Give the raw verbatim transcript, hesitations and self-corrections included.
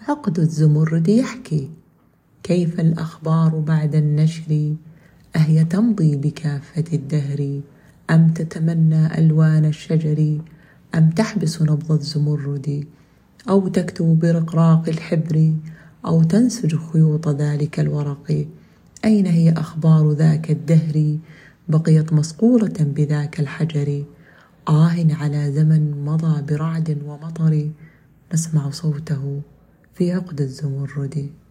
عقد الزمرد يحكي كيف الأخبار بعد النشر، أهي تمضي بكافة الدهر أم تتمنى ألوان الشجر، أم تحبس نبض الزمرد، أو تكتب برقراق الحبر، أو تنسج خيوط ذلك الورق. أين هي أخبار ذاك الدهر بقيت مصقولة بذاك الحجر. آه على زمن مضى برعد ومطر، نسمع صوته في عقد الزمرد.